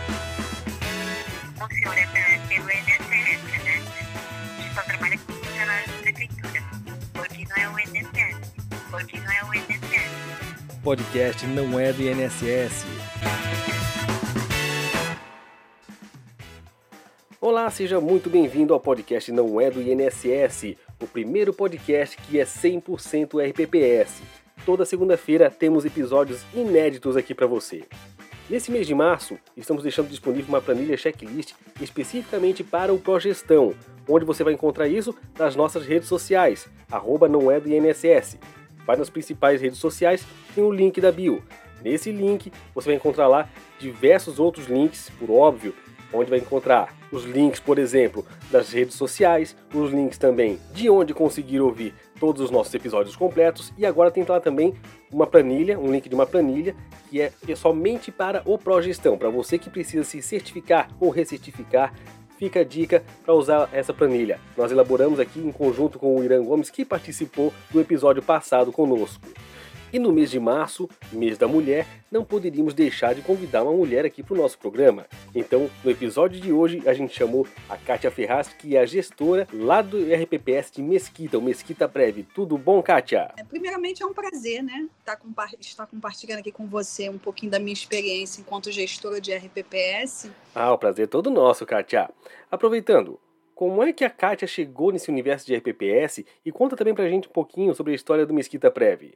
Funciona pelo INSS, né? A gente só trabalha com funcionários da prefeitura, porque não é o INSS. Porque não é o INSS. Podcast não é do INSS. Olá, seja muito bem-vindo ao podcast Não é do INSS, o primeiro podcast que é 100% RPPS. Toda segunda-feira temos episódios inéditos aqui para você. Nesse mês de março, estamos deixando disponível uma planilha checklist especificamente para o Progestão, onde você vai encontrar isso nas nossas redes sociais, @não é do INSS. Vai nas principais redes sociais, tem o link da bio. Nesse link, você vai encontrar lá diversos outros links, por óbvio, onde vai encontrar os links, por exemplo, das redes sociais, os links também de onde conseguir ouvir todos os nossos episódios completos, e agora tem lá também uma planilha, um link de uma planilha que é somente para o Progestão, para você que precisa se certificar ou recertificar. Fica a dica para usar essa planilha. Nós elaboramos aqui em conjunto com o Irã Gomes, que participou do episódio passado conosco. E no mês de março, mês da mulher, não poderíamos deixar de convidar uma mulher aqui para o nosso programa. Então, no episódio de hoje, a gente chamou a Kátia Ferraz, que é a gestora lá do RPPS de Mesquita, o Mesquita Prev. Tudo bom, Kátia? Primeiramente, é um prazer, né, estar compartilhando aqui com você um pouquinho da minha experiência enquanto gestora de RPPS. O prazer é todo nosso, Kátia. Aproveitando, como é que a Kátia chegou nesse universo de RPPS? E conta também pra gente um pouquinho sobre a história do Mesquita Prev.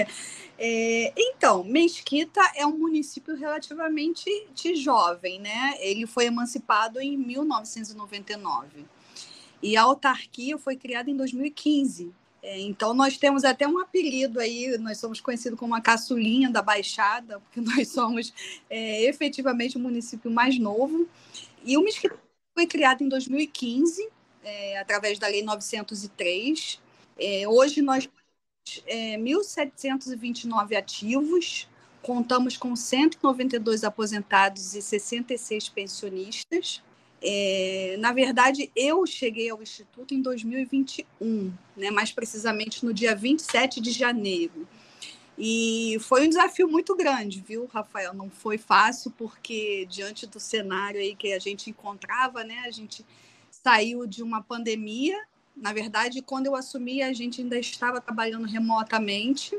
Então, Mesquita é um município relativamente jovem, né? Ele foi emancipado em 1999. E a autarquia foi criada em 2015. Então, nós temos até um apelido aí, nós somos conhecidos como a caçulinha da Baixada, porque nós somos efetivamente o município mais novo. E o Mesquita foi criado em 2015, através da Lei 903. Hoje nós temos 1.729 ativos, contamos com 192 aposentados e 66 pensionistas. Na verdade, eu cheguei ao Instituto em 2021, né, mais precisamente no dia 27 de janeiro. E foi um desafio muito grande, viu, Rafael? Não foi fácil, porque diante do cenário aí que a gente encontrava, né, a gente saiu de uma pandemia. Na verdade, quando eu assumi, a gente ainda estava trabalhando remotamente.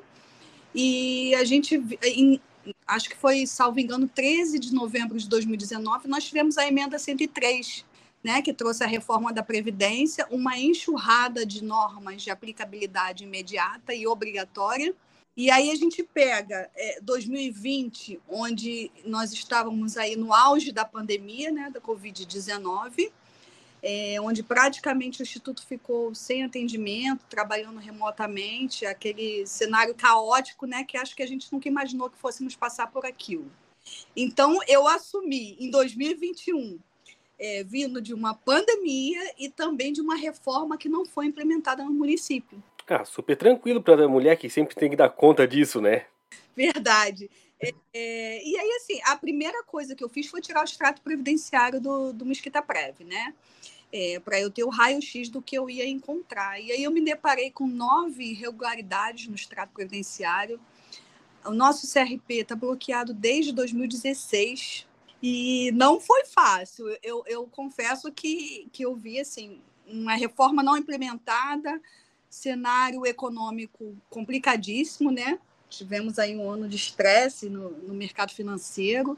E a gente, acho que foi, salvo engano, 13 de novembro de 2019, nós tivemos a emenda 103, né, que trouxe a reforma da Previdência, uma enxurrada de normas de aplicabilidade imediata e obrigatória. E aí a gente pega 2020, onde nós estávamos aí no auge da pandemia, né, da Covid-19, onde praticamente o Instituto ficou sem atendimento, trabalhando remotamente, aquele cenário caótico, né, que acho que a gente nunca imaginou que fôssemos passar por aquilo. Então, eu assumi em 2021, vindo de uma pandemia e também de uma reforma que não foi implementada no município. Super tranquilo para a mulher que sempre tem que dar conta disso, né? Verdade. E aí, assim, a primeira coisa que eu fiz foi tirar o extrato previdenciário do Mesquita Prev, né? Para eu ter o raio-x do que eu ia encontrar. E aí eu me deparei com 9 irregularidades no extrato previdenciário. O nosso CRP está bloqueado desde 2016 e não foi fácil. Eu confesso que eu vi, assim, uma reforma não implementada, cenário econômico complicadíssimo, né? Tivemos aí um ano de estresse no mercado financeiro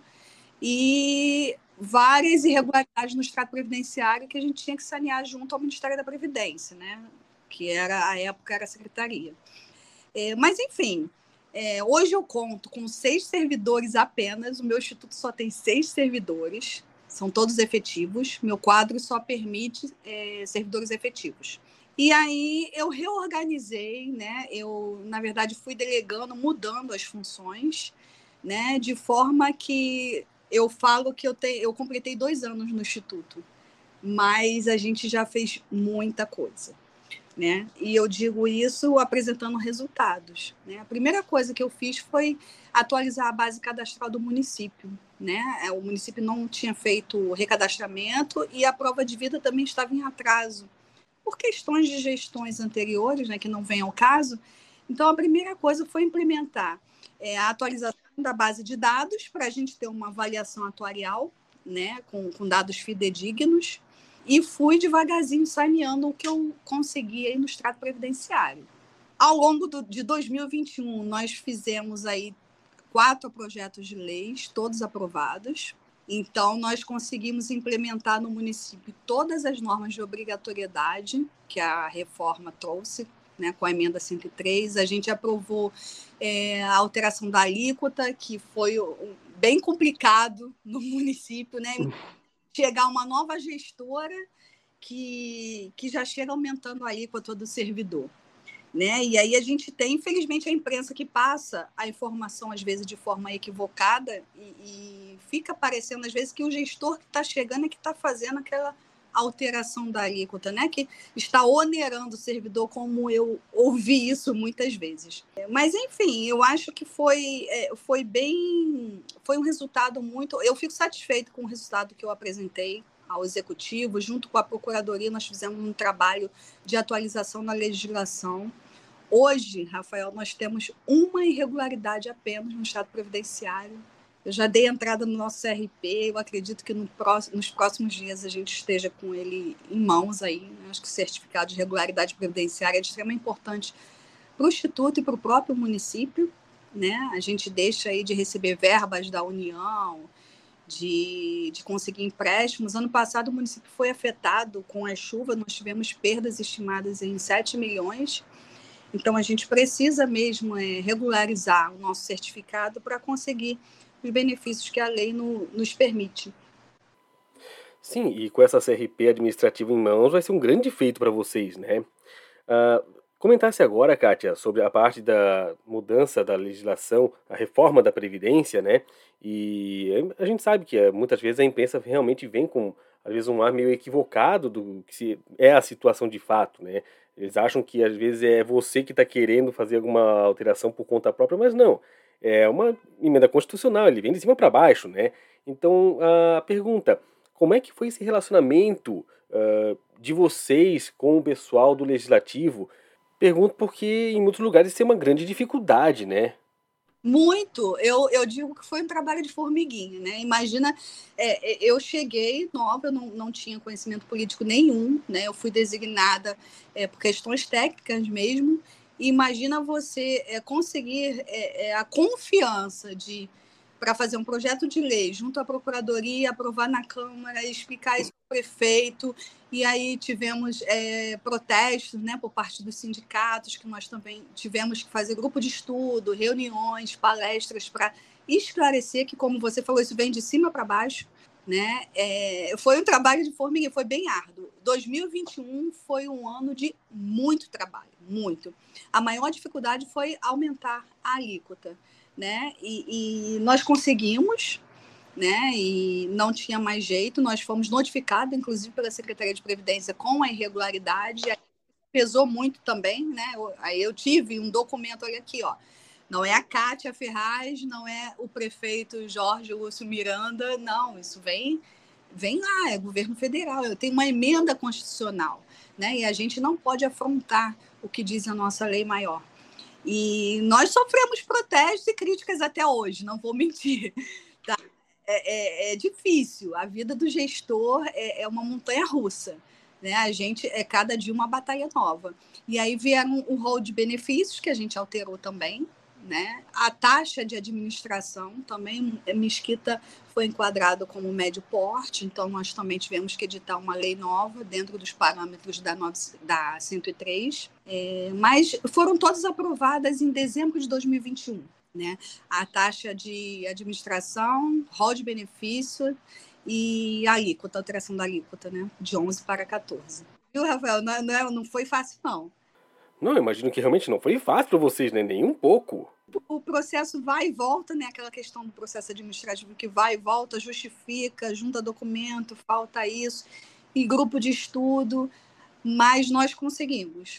e várias irregularidades no extrato previdenciário que a gente tinha que sanear junto ao Ministério da Previdência, né? Que era, à época, era a secretaria. Mas, enfim, hoje eu conto com 6 servidores apenas. O meu instituto só tem 6 servidores, são todos efetivos. Meu quadro só permite servidores efetivos. E aí eu reorganizei, né? Eu, na verdade, fui delegando, mudando as funções, né? De forma que eu falo que eu completei 2 anos no Instituto, mas a gente já fez muita coisa, né? E eu digo isso apresentando resultados, né? A primeira coisa que eu fiz foi atualizar a base cadastral do município, né? O município não tinha feito o recadastramento e a prova de vida também estava em atraso, por questões de gestões anteriores, né, que não vem ao caso. Então, a primeira coisa foi implementar a atualização da base de dados para a gente ter uma avaliação atuarial né, com dados fidedignos, e fui devagarzinho saneando o que eu consegui aí no extrato previdenciário. Ao longo de 2021, nós fizemos aí 4 projetos de leis, todos aprovados. Então, nós conseguimos implementar no município todas as normas de obrigatoriedade que a reforma trouxe, né, com a emenda 103. A gente aprovou a alteração da alíquota, que foi bem complicado no município, né? Chegar uma nova gestora que já chega aumentando a alíquota do servidor. Né? E aí a gente tem, infelizmente, a imprensa que passa a informação, às vezes, de forma equivocada e fica parecendo, às vezes, que o gestor que está chegando é que está fazendo aquela alteração da alíquota, né? Que está onerando o servidor, como eu ouvi isso muitas vezes. Mas, enfim, eu acho que foi um resultado muito... Eu fico satisfeito com o resultado que eu apresentei ao Executivo. Junto com a Procuradoria, nós fizemos um trabalho de atualização na legislação. Hoje, Rafael, nós temos uma irregularidade apenas no Estado Previdenciário. Eu já dei entrada no nosso CRP, eu acredito que nos próximos dias a gente esteja com ele em mãos aí. Acho que o certificado de regularidade previdenciária é de extrema importância para o Instituto e para o próprio município, né? A gente deixa aí de receber verbas da União, de conseguir empréstimos. Ano passado o município foi afetado com as chuvas, nós tivemos perdas estimadas em 7 milhões. Então, a gente precisa mesmo regularizar o nosso certificado para conseguir os benefícios que a lei nos permite. Sim, e com essa CRP administrativa em mãos vai ser um grande feito para vocês, né? Comentasse agora, Kátia, sobre a parte da mudança da legislação, a reforma da Previdência, né? E a gente sabe que muitas vezes a imprensa realmente vem com, às vezes, um ar meio equivocado do que é a situação de fato, né? Eles acham que, às vezes, é você que está querendo fazer alguma alteração por conta própria, mas não. É uma emenda constitucional, ele vem de cima para baixo, né? Então, a pergunta, como é que foi esse relacionamento de vocês com o pessoal do Legislativo? Pergunto porque em muitos lugares tem uma grande dificuldade, né? Muito. Eu digo que foi um trabalho de formiguinha, né? Imagina, eu cheguei nova, eu não tinha conhecimento político nenhum, né? Eu fui designada por questões técnicas mesmo. E imagina você conseguir a confiança para fazer um projeto de lei junto à Procuradoria, aprovar na Câmara, explicar isso para o prefeito. E aí tivemos protestos, né, por parte dos sindicatos, que nós também tivemos que fazer grupo de estudo, reuniões, palestras para esclarecer que, como você falou, isso vem de cima para baixo. Né? Foi um trabalho de formiguinha, foi bem árduo. 2021 foi um ano de muito trabalho, muito. A maior dificuldade foi aumentar a alíquota, né? E nós conseguimos, né? E não tinha mais jeito. Nós fomos notificados, inclusive pela Secretaria de Previdência, com a irregularidade. Aí pesou muito também, né? Aí eu tive um documento, olha aqui, ó. Não é a Kátia Ferraz, não é o prefeito Jorge Lúcio Miranda, não, isso vem lá, é governo federal, eu tenho uma emenda constitucional, né? E a gente não pode afrontar o que diz a nossa lei maior. E nós sofremos protestos e críticas até hoje, não vou mentir. Tá? É difícil, a vida do gestor é uma montanha-russa. Né? A gente cada dia uma batalha nova. E aí vieram o rol de benefícios, que a gente alterou também. Né? A taxa de administração também, Mesquita foi enquadrado como médio porte, então nós também tivemos que editar uma lei nova dentro dos parâmetros da 103, mas foram todas aprovadas em dezembro de 2021. Né? A taxa de administração, rol de benefício e a alíquota, a alteração da alíquota, né? De 11 para 14. Viu, Rafael? Não foi fácil, não. Não, eu imagino que realmente não foi fácil para vocês, né? Nem um pouco. O processo vai e volta, né? Aquela questão do processo administrativo que vai e volta, justifica, junta documento, falta isso, e grupo de estudo, mas nós conseguimos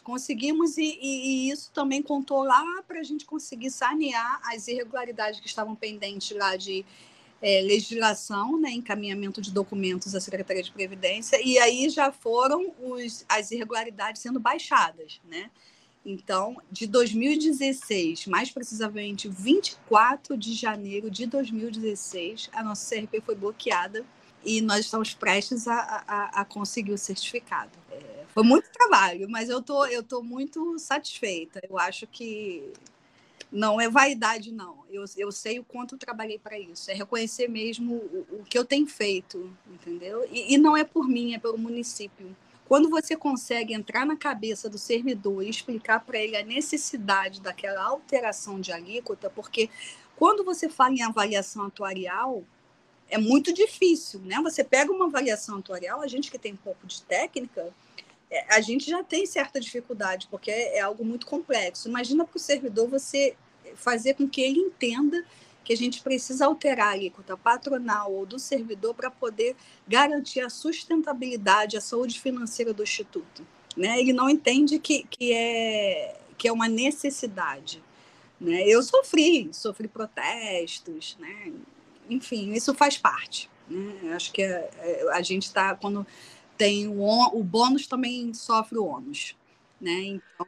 e isso também contou lá para a gente conseguir sanear as irregularidades que estavam pendentes lá de legislação, né, encaminhamento de documentos à Secretaria de Previdência, e aí já foram as irregularidades sendo baixadas, né? Então, de 2016, mais precisamente 24 de janeiro de 2016, a nossa CRP foi bloqueada e nós estamos prestes a conseguir o certificado. Foi muito trabalho, mas eu tô muito satisfeita. Eu acho que não é vaidade, não. Eu sei o quanto eu trabalhei para isso. É reconhecer mesmo o que eu tenho feito, entendeu? E não é por mim, é pelo município. Quando você consegue entrar na cabeça do servidor e explicar para ele a necessidade daquela alteração de alíquota, porque quando você fala em avaliação atuarial, é muito difícil, né? Você pega uma avaliação atuarial, a gente que tem um pouco de técnica, a gente já tem certa dificuldade, porque é algo muito complexo. Imagina para o servidor você fazer com que ele entenda que a gente precisa alterar a alíquota patronal ou do servidor para poder garantir a sustentabilidade, a saúde financeira do Instituto. Né? Ele não entende que é uma necessidade. Né? Eu sofri protestos, né? Enfim, isso faz parte. Né? Acho que a gente está, quando tem o bônus, também sofre o ônus. Né? Então,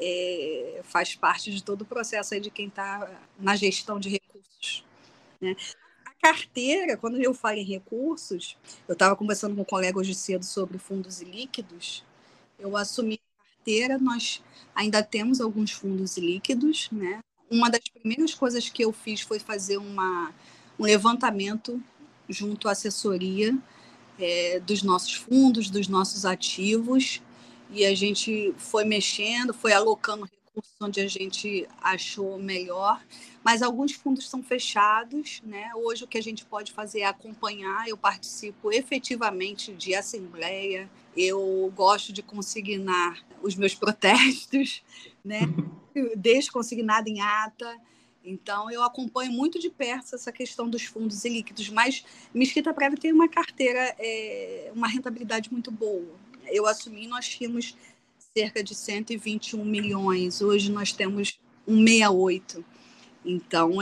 faz parte de todo o processo aí de quem está na gestão de recursos. Né? A carteira, quando eu falo em recursos, eu estava conversando com um colega hoje cedo sobre fundos ilíquidos, eu assumi a carteira, nós ainda temos alguns fundos líquidos, né? Uma das primeiras coisas que eu fiz foi fazer um levantamento junto à assessoria dos nossos fundos, dos nossos ativos, e a gente foi mexendo, foi alocando recursos onde a gente achou melhor, mas alguns fundos são fechados, né? Hoje o que a gente pode fazer é acompanhar. Eu participo efetivamente de assembleia, eu gosto de consignar os meus protestos, né? Deixo consignado em ata. Então, eu acompanho muito de perto essa questão dos fundos ilíquidos, mas Mesquita Prévio tem uma carteira, uma rentabilidade muito boa. Eu assumi, nós tínhamos cerca de 121 milhões, hoje nós temos 168. Então,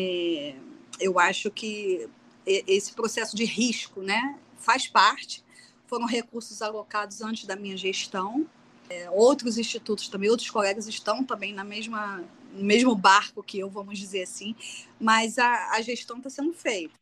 eu acho que esse processo de risco, né, faz parte, foram recursos alocados antes da minha gestão, outros institutos também, outros colegas estão também no mesmo barco que eu, vamos dizer assim, mas a gestão está sendo feita.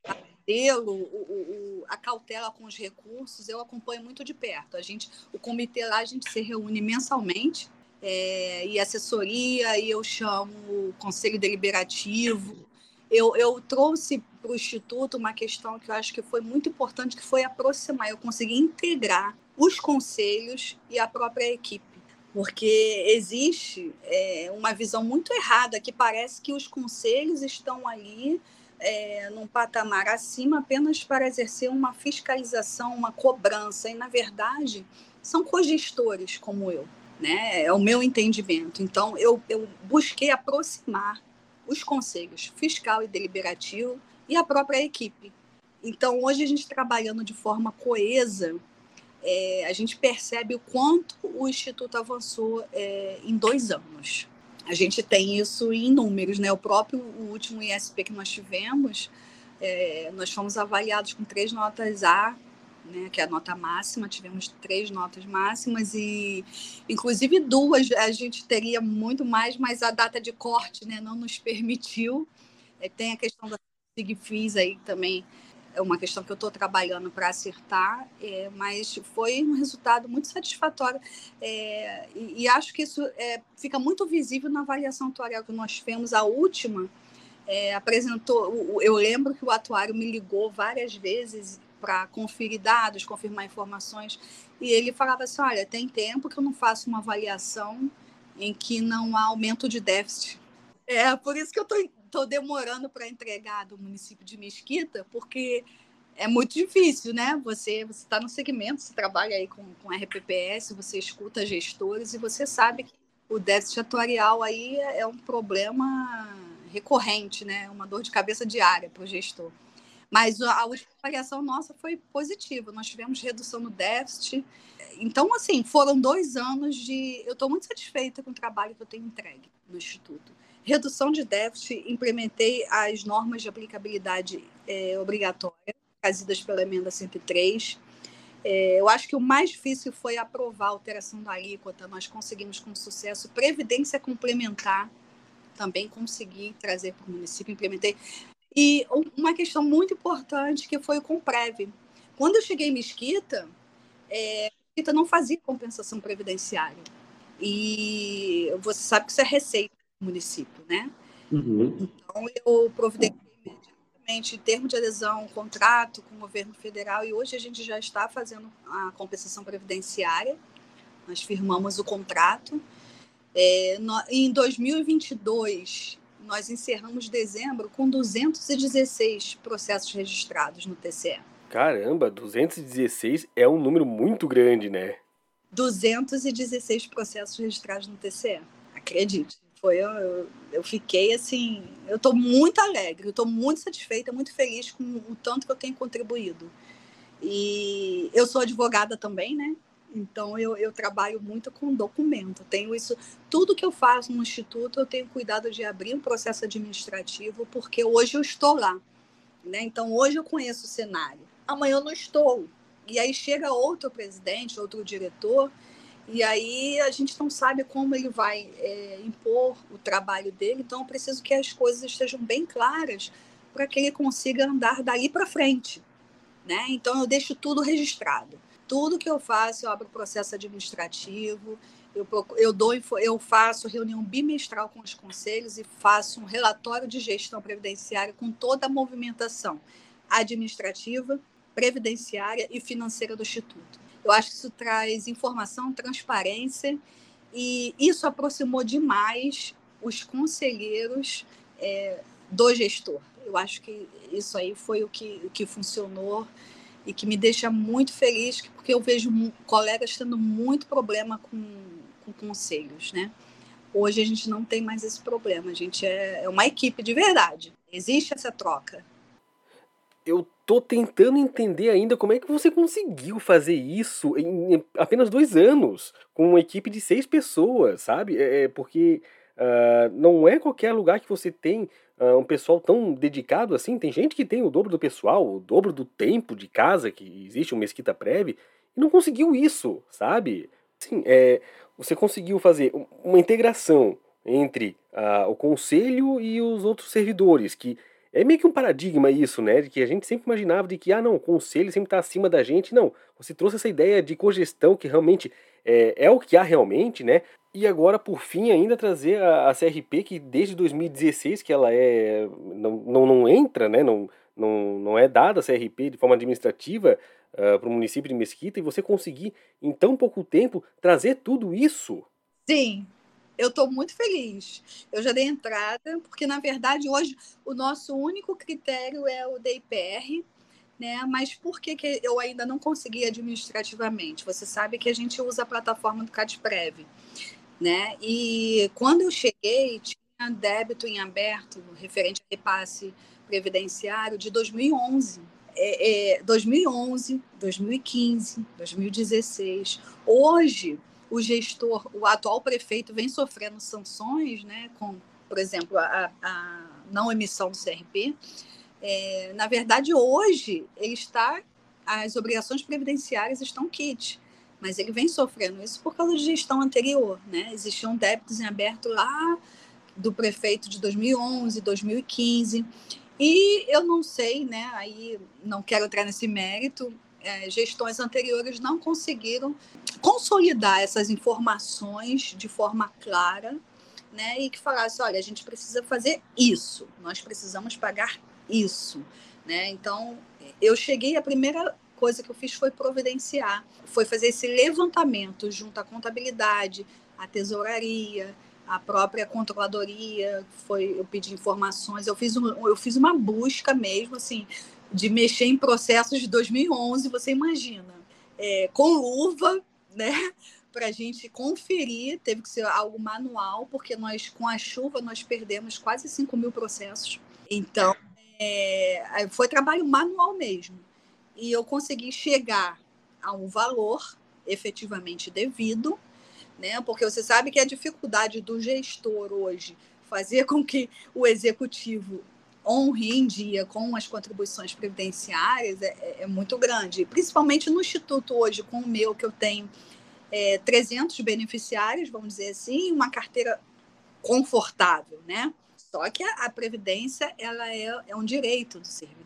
A cautela com os recursos, eu acompanho muito de perto. O comitê lá, a gente se reúne mensalmente, e assessoria, e eu chamo o conselho deliberativo. Eu trouxe para o Instituto uma questão que eu acho que foi muito importante, que foi aproximar, eu consegui integrar os conselhos e a própria equipe, porque existe uma visão muito errada, que parece que os conselhos estão ali num patamar acima apenas para exercer uma fiscalização, uma cobrança, e, na verdade, são cogestores como eu. Né? É o meu entendimento. Então, eu busquei aproximar os conselhos fiscal e deliberativo e a própria equipe. Então, hoje, a gente trabalhando de forma coesa, a gente percebe o quanto o Instituto avançou em 2 anos. A gente tem isso em números, né? O último ISP que nós tivemos, nós fomos avaliados com 3 notas A, né, que é a nota máxima, tivemos 3 notas máximas e, inclusive, 2 a gente teria muito mais, mas a data de corte, né, não nos permitiu. Tem a questão da SIGFIS aí também, é uma questão que eu estou trabalhando para acertar, mas foi um resultado muito satisfatório, e acho que isso fica muito visível na avaliação atuarial que nós fizemos. A última apresentou, eu lembro que o atuário me ligou várias vezes para conferir dados, confirmar informações, e ele falava assim, olha, tem tempo que eu não faço uma avaliação em que não há aumento de déficit. Por isso que eu estou demorando para entregar do município de Mesquita, porque é muito difícil, né? Você está no segmento, você trabalha aí com RPPS, você escuta gestores e você sabe que o déficit atuarial aí é um problema recorrente, né? Uma dor de cabeça diária para o gestor. Mas a última avaliação nossa foi positiva, nós tivemos redução no déficit. Então, assim, foram 2 anos de... Eu estou muito satisfeita com o trabalho que eu tenho entregue no Instituto. Redução de déficit, implementei as normas de aplicabilidade obrigatória, trazidas pela emenda 103. Eu acho que o mais difícil foi aprovar a alteração da alíquota, nós conseguimos com sucesso. Previdência complementar, também consegui trazer para o município, implementei. E uma questão muito importante que foi o Comprev. Quando eu cheguei em Mesquita, Mesquita não fazia compensação previdenciária. E você sabe que isso é receita do município, né? Uhum. Então, eu providenciei imediatamente termo de adesão, contrato com o governo federal, e hoje a gente já está fazendo a compensação previdenciária. Nós firmamos o contrato. Em 2022, nós encerramos dezembro com 216 processos registrados no TCE. Caramba, 216 é um número muito grande, né? 216 processos registrados no TCE. Acredite. Eu fiquei assim, eu estou muito alegre, eu estou muito satisfeita, muito feliz com o tanto que eu tenho contribuído. E eu sou advogada também, né? Então eu trabalho muito com documento. Tenho isso, tudo que eu faço no instituto, eu tenho cuidado de abrir um processo administrativo, porque hoje eu estou lá, né? Então hoje eu conheço o cenário. Amanhã eu não estou. E aí chega outro presidente, outro diretor, e aí a gente não sabe como ele vai impor o trabalho dele. Então eu preciso que as coisas estejam bem claras para que ele consiga andar dali para frente, né? Então eu deixo tudo registrado. Tudo que eu faço, eu abro processo administrativo, eu faço reunião bimestral com os conselhos e faço um relatório de gestão previdenciária com toda a movimentação administrativa, previdenciária e financeira do Instituto. Eu acho que isso traz informação, transparência, e isso aproximou demais os conselheiros do gestor. Eu acho que isso aí foi o que funcionou e que me deixa muito feliz, porque eu vejo colegas tendo muito problema com conselhos, né? Hoje a gente não tem mais esse problema, a gente é uma equipe de verdade. Existe essa troca. Eu tô tentando entender ainda como é que você conseguiu fazer isso em apenas 2 anos, com uma equipe de 6 pessoas, sabe? Porque não é qualquer lugar que você tem um pessoal tão dedicado assim. Tem gente que tem o dobro do pessoal, o dobro do tempo de casa que existe um Mesquita Prev, e não conseguiu isso, sabe? Sim, você conseguiu fazer uma integração entre o conselho e os outros servidores, que é meio que um paradigma isso, né? De que a gente sempre imaginava de que, não, o conselho sempre está acima da gente. Não, você trouxe essa ideia de cogestão que realmente é o que há realmente, né? E agora, por fim, ainda trazer a CRP, que desde 2016 que ela não entra, né? Não é dada a CRP de forma administrativa para o município de Mesquita, e você conseguir, em tão pouco tempo, trazer tudo isso. Sim, eu estou muito feliz. Eu já dei entrada, porque, na verdade, hoje o nosso único critério é o DIPR, né? Mas por que eu ainda não consegui administrativamente? Você sabe que a gente usa a plataforma do CadPrev, né? E quando eu cheguei, tinha débito em aberto referente a repasse previdenciário de 2011. 2011, 2015, 2016. Hoje, o gestor, o atual prefeito, vem sofrendo sanções, né, com, por exemplo, a não emissão do CRP. Na verdade, hoje, as obrigações previdenciárias estão quite, mas ele vem sofrendo isso por causa de gestão anterior, né? Existiam débitos em aberto lá do prefeito de 2011, 2015, e eu não sei, né? Aí não quero entrar nesse mérito. Gestões anteriores não conseguiram consolidar essas informações de forma clara, né? E que falasse, olha, a gente precisa fazer isso, nós precisamos pagar isso, né? Então, eu cheguei, a primeira coisa que eu fiz foi providenciar, foi fazer esse levantamento junto à contabilidade, à tesouraria, a própria controladoria, eu pedi informações, eu fiz uma busca mesmo, assim, de mexer em processos de 2011, você imagina, com luva, né, para a gente conferir, teve que ser algo manual, porque nós, com a chuva, nós perdemos quase 5.000 processos, então, foi trabalho manual mesmo, e eu consegui chegar a um valor efetivamente devido, né? Porque você sabe que a dificuldade do gestor hoje fazer com que o executivo honre em dia com as contribuições previdenciárias é muito grande, principalmente no Instituto hoje, com o meu, que eu tenho 300 beneficiários, vamos dizer assim, uma carteira confortável, né? Só que a previdência ela é um direito do servidor,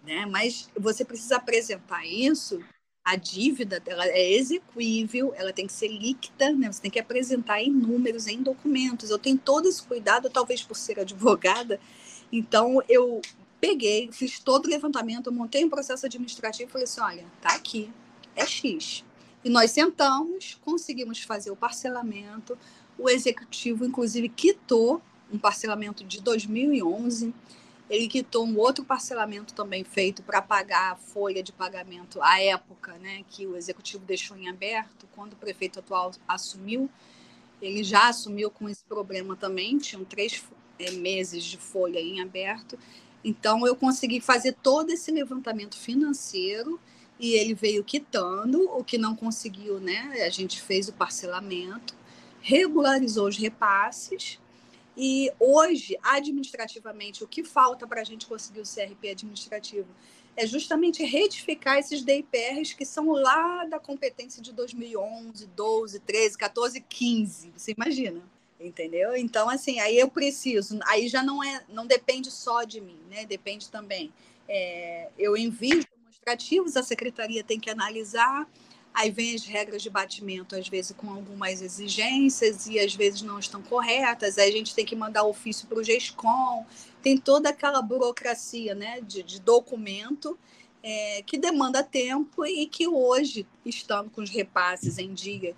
né? Mas você precisa apresentar isso. A dívida dela é execuível, ela tem que ser líquida, né? Você tem que apresentar em números, em documentos. Eu tenho todo esse cuidado, talvez por ser advogada. Então, eu peguei, fiz todo o levantamento, eu montei um processo administrativo e falei assim, olha, tá aqui, é X. E nós sentamos, conseguimos fazer o parcelamento, o executivo, inclusive, quitou um parcelamento de 2011, ele quitou um outro parcelamento também feito para pagar a folha de pagamento à época, né, que o executivo deixou em aberto, quando o prefeito atual assumiu, ele já assumiu com esse problema também, tinham 3 meses de folha em aberto, então eu consegui fazer todo esse levantamento financeiro e ele veio quitando, o que não conseguiu, né, a gente fez o parcelamento, regularizou os repasses. E hoje, administrativamente, o que falta para a gente conseguir o CRP administrativo é justamente retificar esses DIPRs que são lá da competência de 2011, 12, 13, 14, 15. Você imagina? Entendeu? Então, assim, aí eu preciso, aí já não depende só de mim, né? Depende também. Eu envio os demonstrativos, a secretaria tem que analisar. Aí vem as regras de batimento, às vezes com algumas exigências e às vezes não estão corretas. Aí a gente tem que mandar ofício para o GESCOM. Tem toda aquela burocracia, né, de documento que demanda tempo e que hoje, estando com os repasses em dia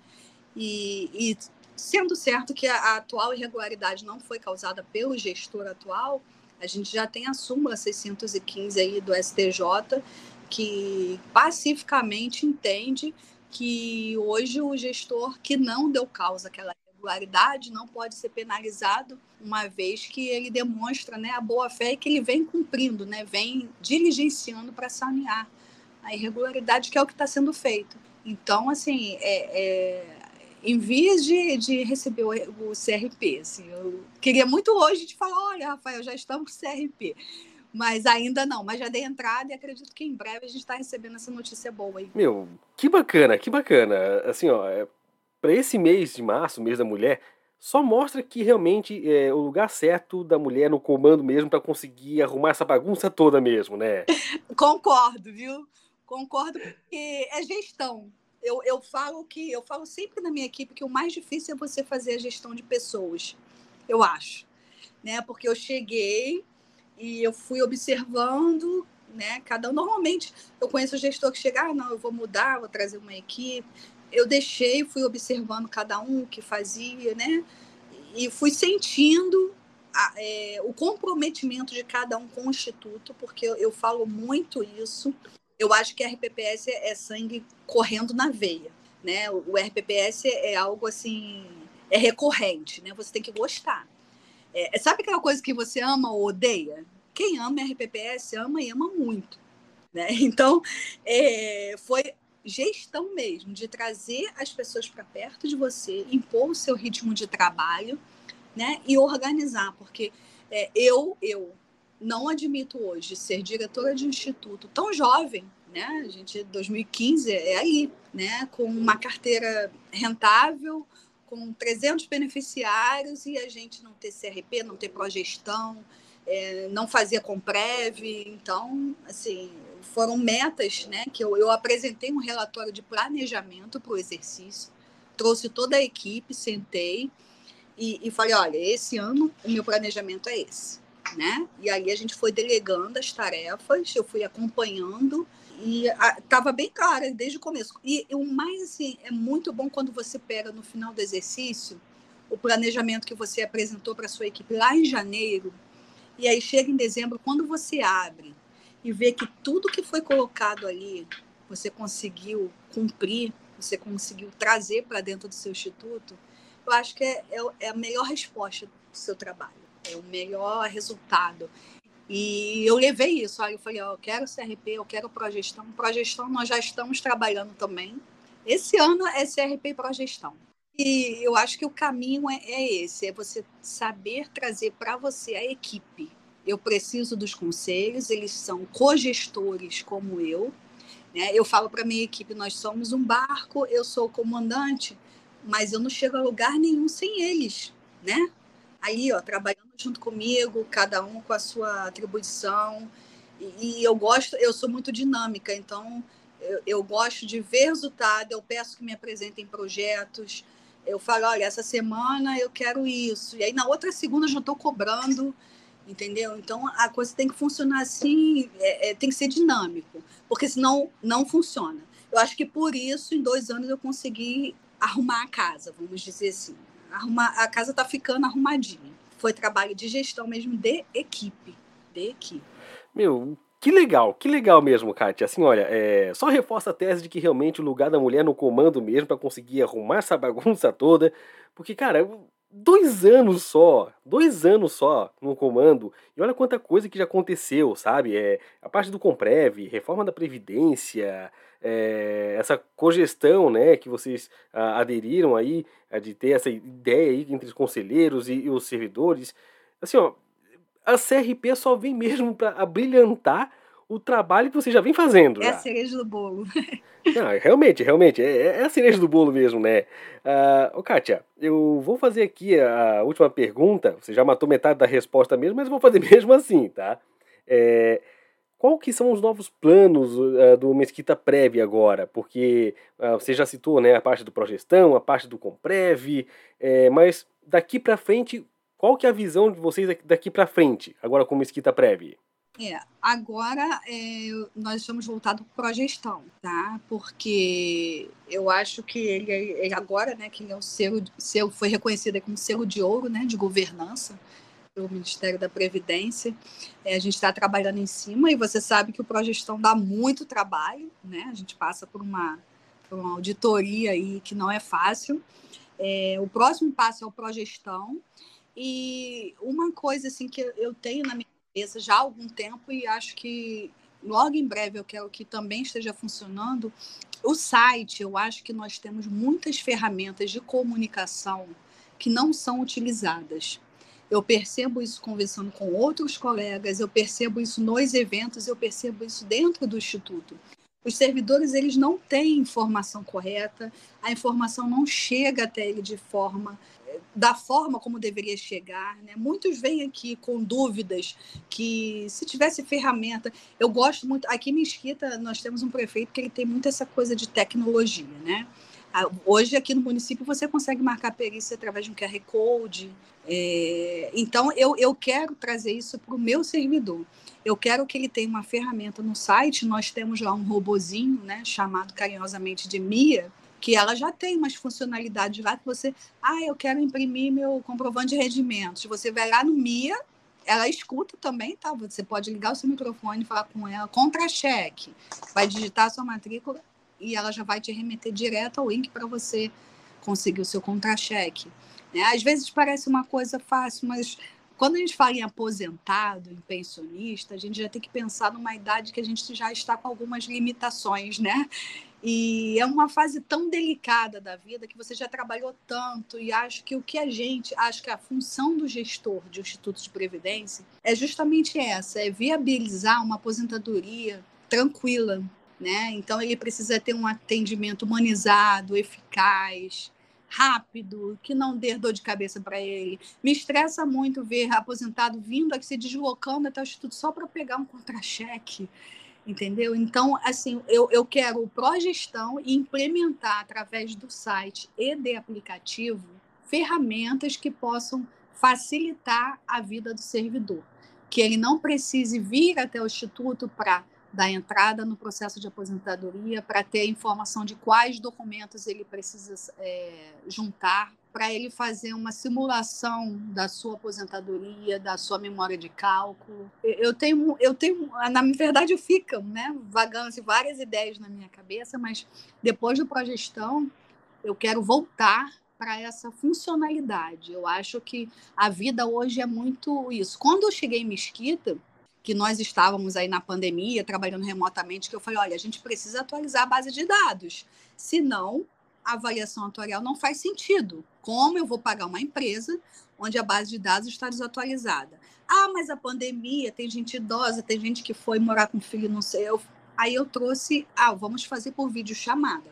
e sendo certo que a atual irregularidade não foi causada pelo gestor atual, a gente já tem a súmula 615 aí do STJ, que pacificamente entende que hoje o gestor que não deu causa àquela irregularidade não pode ser penalizado, uma vez que ele demonstra, né, a boa-fé e que ele vem cumprindo, né, vem diligenciando para sanear a irregularidade, que é o que está sendo feito. Então, assim, em vias de receber o CRP, assim, eu queria muito hoje te falar, olha, Rafael, já estamos com CRP. Mas ainda não, mas já dei entrada e acredito que em breve a gente está recebendo essa notícia boa aí. Meu, que bacana, que bacana. Assim, ó, para esse mês de março, mês da mulher, só mostra que realmente é o lugar certo da mulher no comando mesmo para conseguir arrumar essa bagunça toda mesmo, né? Concordo, viu? Concordo, porque é gestão. Eu falo sempre na minha equipe que o mais difícil é você fazer a gestão de pessoas, eu acho, né? Porque eu cheguei e eu fui observando, né? Normalmente eu conheço o gestor que chega, não, eu vou mudar, vou trazer uma equipe. Eu deixei, fui observando cada um o que fazia, né? E fui sentindo o comprometimento de cada um com o Instituto, porque eu falo muito isso. Eu acho que a RPPS é sangue correndo na veia, né? O RPPS é algo assim, é recorrente, né? Você tem que gostar. Sabe aquela coisa que você ama ou odeia? Quem ama RPPS ama e ama muito, né? Então, foi gestão mesmo, de trazer as pessoas para perto de você, impor o seu ritmo de trabalho, né? E organizar, porque eu não admito hoje ser diretora de um instituto tão jovem, né? A gente, 2015, é aí, né? Com uma carteira rentável, com 300 beneficiários e a gente não ter CRP, não ter progestão, não fazia Comprev. Então, assim, foram metas, né, que eu apresentei um relatório de planejamento para o exercício, trouxe toda a equipe, sentei e falei, olha, esse ano o meu planejamento é esse, né? E aí a gente foi delegando as tarefas, eu fui acompanhando e estava bem clara desde o começo. E o mais, assim, é muito bom quando você pega no final do exercício o planejamento que você apresentou para a sua equipe lá em janeiro, e aí chega em dezembro, quando você abre e vê que tudo que foi colocado ali você conseguiu cumprir, você conseguiu trazer para dentro do seu instituto, eu acho que é a melhor resposta do seu trabalho, é o melhor resultado. E eu levei isso, eu falei, eu quero CRP, eu quero progestão. Progestão nós já estamos trabalhando também. Esse ano é CRP e progestão. E eu acho que o caminho é esse, é você saber trazer para você a equipe. Eu preciso dos conselhos, eles são cogestores como eu, né? Eu falo para a minha equipe, nós somos um barco, eu sou o comandante, mas eu não chego a lugar nenhum sem eles, né? Aí, trabalhando junto comigo, cada um com a sua atribuição. E eu sou muito dinâmica, então eu gosto de ver resultado, eu peço que me apresentem projetos, eu falo, olha, essa semana eu quero isso, e aí na outra segunda eu já estou cobrando, entendeu? Então a coisa tem que funcionar assim, tem que ser dinâmico, porque senão não funciona. Eu acho que por isso, em 2 anos, eu consegui arrumar a casa, vamos dizer assim. A casa está ficando arrumadinha. Foi trabalho de gestão mesmo, de equipe. De equipe. Meu, que legal mesmo, Kátia. Assim, olha, só reforça a tese de que realmente o lugar da mulher no comando mesmo pra conseguir arrumar essa bagunça toda. Porque, cara, 2 anos só no comando. E olha quanta coisa que já aconteceu, sabe? A parte do Comprev, reforma da Previdência, essa cogestão, né, que vocês aderiram aí, de ter essa ideia aí entre os conselheiros e os servidores. Assim, ó, a CRP só vem mesmo para abrilhantar o trabalho que você já vem fazendo É a já. cereja do bolo. Não, realmente, é a cereja do bolo mesmo, né? Ô, Kátia, eu vou fazer aqui a última pergunta. Você já matou metade da resposta mesmo, mas eu vou fazer mesmo assim, tá? Qual que são os novos planos do Mesquita Prev agora? Porque você já citou, né, a parte do Progestão, a parte do Comprev, mas daqui para frente, qual que é a visão de vocês daqui para frente, agora com o Mesquita Prev? Agora nós estamos voltados para a gestão, tá? Porque eu acho que ele agora, né, que ele é o selo, foi reconhecido como selo de ouro, né, de governança pelo Ministério da Previdência. A gente está trabalhando em cima e você sabe que o Progestão dá muito trabalho, né? A gente passa por uma auditoria aí que não é fácil. O próximo passo é o Progestão. E uma coisa assim que eu tenho na minha cabeça já há algum tempo e acho que logo em breve eu quero que também esteja funcionando, o site. Eu acho que nós temos muitas ferramentas de comunicação que não são utilizadas. Eu percebo isso conversando com outros colegas, eu percebo isso nos eventos, eu percebo isso dentro do Instituto. Os servidores, eles não têm informação correta, a informação não chega até ele da forma como deveria chegar, né? Muitos vêm aqui com dúvidas que se tivesse ferramenta... Eu gosto muito... Aqui em Mesquita, nós temos um prefeito que ele tem muito essa coisa de tecnologia, né? Hoje, aqui no município, você consegue marcar perícia através de um QR Code. Então, eu quero trazer isso para o meu servidor. Eu quero que ele tenha uma ferramenta no site. Nós temos lá um robozinho, né, chamado carinhosamente de Mia, que ela já tem umas funcionalidades lá que você... eu quero imprimir meu comprovante de rendimentos. Você vai lá no Mia, ela escuta também, tá? Você pode ligar o seu microfone e falar com ela, contra-cheque, vai digitar a sua matrícula e ela já vai te remeter direto ao link para você conseguir o seu contra-cheque. Né? Às vezes parece uma coisa fácil, mas quando a gente fala em aposentado, em pensionista, a gente já tem que pensar numa idade que a gente já está com algumas limitações, né? E é uma fase tão delicada da vida que você já trabalhou tanto e acho que acho que a função do gestor de um instituto de previdência é justamente essa, é viabilizar uma aposentadoria tranquila, né? Então ele precisa ter um atendimento humanizado, eficaz, rápido, que não dê dor de cabeça para ele. Me estressa muito ver aposentado vindo aqui, se deslocando até o instituto só para pegar um contra-cheque. Entendeu? Então, assim, eu quero o Progestão e implementar através do site e de aplicativo ferramentas que possam facilitar a vida do servidor. Que ele não precise vir até o Instituto para dar entrada no processo de aposentadoria, para ter informação de quais documentos ele precisa juntar, para ele fazer uma simulação da sua aposentadoria, da sua memória de cálculo. Eu tenho, na verdade, ficam, né, vagando várias ideias na minha cabeça, mas depois do Progestão, eu quero voltar para essa funcionalidade. Eu acho que a vida hoje é muito isso. Quando eu cheguei em Mesquita, que nós estávamos aí na pandemia, trabalhando remotamente, que eu falei, olha, a gente precisa atualizar a base de dados, senão a avaliação atuarial não faz sentido. Como eu vou pagar uma empresa onde a base de dados está desatualizada? Mas a pandemia, tem gente idosa, tem gente que foi morar com filho, não sei. Aí eu trouxe, vamos fazer por videochamada.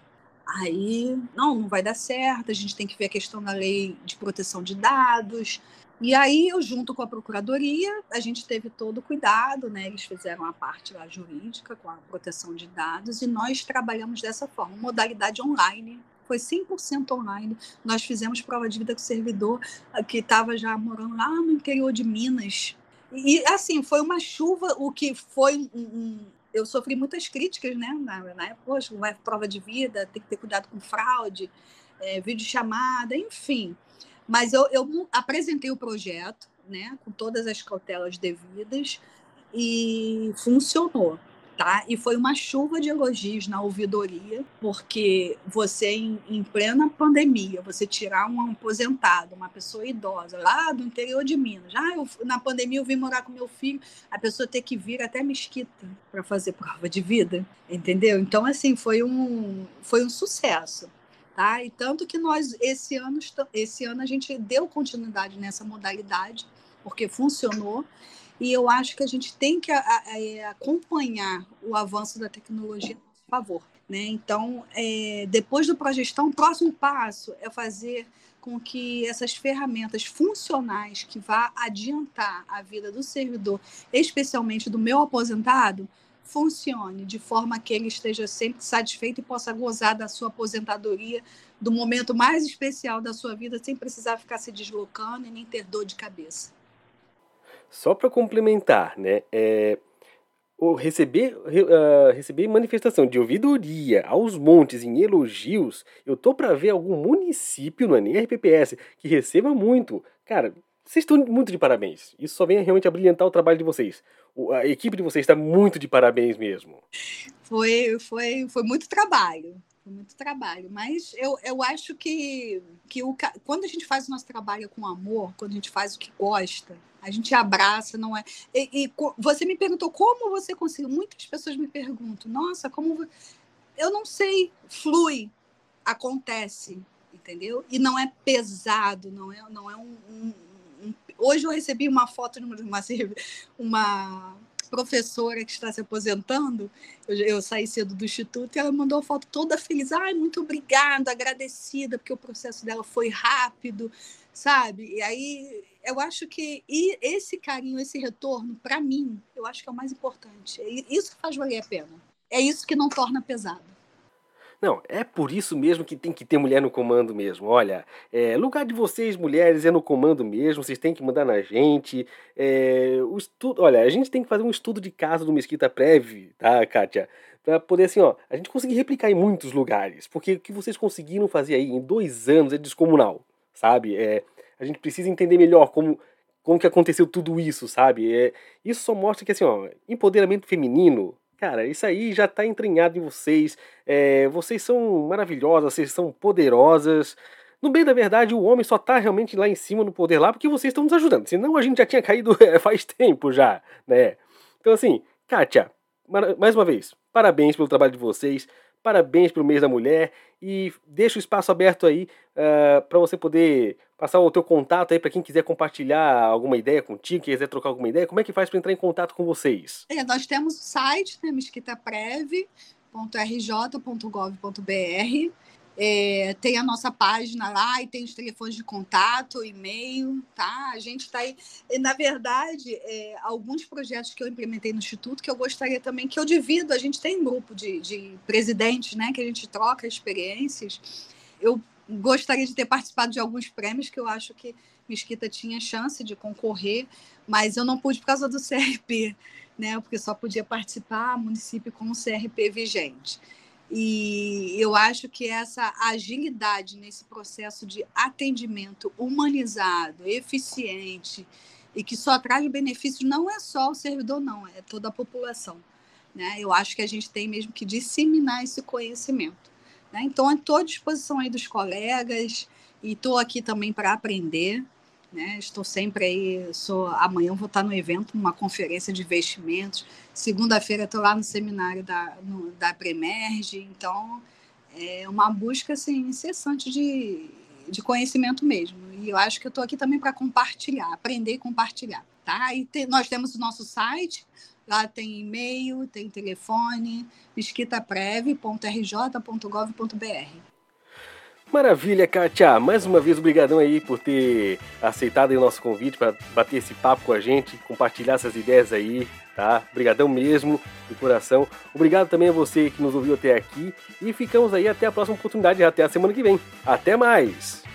Aí, não vai dar certo, a gente tem que ver a questão da lei de proteção de dados. E aí, eu, junto com a Procuradoria, a gente teve todo o cuidado, né? Eles fizeram a parte lá jurídica com a proteção de dados e nós trabalhamos dessa forma, modalidade online. Foi 100% online. Nós fizemos prova de vida com o servidor que estava já morando lá no interior de Minas. E, assim, foi uma chuva, o que foi eu sofri muitas críticas, né? Na época, poxa, vai prova de vida, tem que ter cuidado com fraude, videochamada, enfim. Mas eu apresentei o projeto, né, com todas as cautelas devidas e funcionou. Tá? E foi uma chuva de elogios na ouvidoria, porque você, em plena pandemia, você tirar um aposentado, uma pessoa idosa, lá do interior de Minas, na pandemia eu vim morar com meu filho, a pessoa ter que vir até Mesquita para fazer prova de vida, entendeu? Então, assim, foi um sucesso. Tá? E tanto que nós, esse ano, a gente deu continuidade nessa modalidade, porque funcionou. E eu acho que a gente tem que acompanhar o avanço da tecnologia a nosso favor. Né? Então, depois do Progestão, o próximo passo é fazer com que essas ferramentas funcionais que vá adiantar a vida do servidor, especialmente do meu aposentado, funcione de forma que ele esteja sempre satisfeito e possa gozar da sua aposentadoria, do momento mais especial da sua vida, sem precisar ficar se deslocando e nem ter dor de cabeça. Só para complementar, né? Receber manifestação de ouvidoria aos montes em elogios, eu tô para ver algum município, não é nem RPPS, que receba muito. Cara, vocês estão muito de parabéns. Isso só vem realmente a brilhantar o trabalho de vocês. A equipe de vocês está muito de parabéns mesmo. Foi muito trabalho. Foi muito trabalho. Mas eu acho que quando a gente faz o nosso trabalho com amor, quando a gente faz o que gosta, a gente abraça, não é? E você me perguntou como você conseguiu. Muitas pessoas me perguntam, nossa, como... Eu não sei, flui, acontece, entendeu? E não é pesado, não é Hoje eu recebi uma foto de uma professora que está se aposentando. Eu saí cedo do instituto e ela mandou a foto toda feliz. Muito obrigada, agradecida, porque o processo dela foi rápido, sabe? E aí eu acho que esse carinho, esse retorno, para mim, eu acho que é o mais importante. É isso que faz valer a pena. É isso que não torna pesado. Não, é por isso mesmo que tem que ter mulher no comando mesmo. Olha, lugar de vocês, mulheres, é no comando mesmo. Vocês têm que mandar na gente. Olha, a gente tem que fazer um estudo de caso do Mesquita Prev, tá, Kátia? Pra poder, assim, a gente conseguir replicar em muitos lugares. Porque o que vocês conseguiram fazer aí em 2 anos é descomunal, sabe? A gente precisa entender melhor como que aconteceu tudo isso, sabe? Isso só mostra que, assim, empoderamento feminino, cara, isso aí já tá entranhado em vocês. Vocês são maravilhosas, vocês são poderosas. No bem da verdade, o homem só tá realmente lá em cima no poder lá porque vocês estão nos ajudando. Senão a gente já tinha caído faz tempo já, né? Então assim, Kátia, mais uma vez, parabéns pelo trabalho de vocês. Parabéns pelo mês da mulher e deixa o espaço aberto aí para você poder passar o teu contato aí para quem quiser compartilhar alguma ideia contigo, quiser trocar alguma ideia. Como é que faz para entrar em contato com vocês? Nós temos o site, né, mesquitaprev.rj.gov.br. Tem a nossa página lá e tem os telefones de contato, e-mail, tá? A gente está aí. Na verdade, alguns projetos que eu implementei no Instituto que eu gostaria também que eu divido. A gente tem um grupo de presidentes, né, que a gente troca experiências. Eu gostaria de ter participado de alguns prêmios que eu acho que Mesquita tinha chance de concorrer, mas eu não pude por causa do CRP, né? Porque só podia participar município com o CRP vigente. E eu acho que essa agilidade nesse processo de atendimento humanizado, eficiente, e que só traz benefícios, não é só o servidor, não, é toda a população. Né? Eu acho que a gente tem mesmo que disseminar esse conhecimento. Né? Então, estou à disposição aí dos colegas e estou aqui também para aprender. Né? Estou sempre aí, amanhã eu vou estar no evento, numa conferência de investimentos. Segunda-feira estou lá no seminário da Premerge. Então, é uma busca assim, incessante de conhecimento mesmo. E eu acho que eu estou aqui também para compartilhar, aprender e compartilhar. Tá? E nós temos o nosso site, Lá tem e-mail, tem telefone, mesquitaprev.rj.gov.br. Maravilha, Kátia! Mais uma vez, obrigadão aí por ter aceitado aí o nosso convite para bater esse papo com a gente, compartilhar essas ideias aí, tá? Obrigadão mesmo, de coração. Obrigado também a você que nos ouviu até aqui e ficamos aí até a próxima oportunidade, até a semana que vem. Até mais!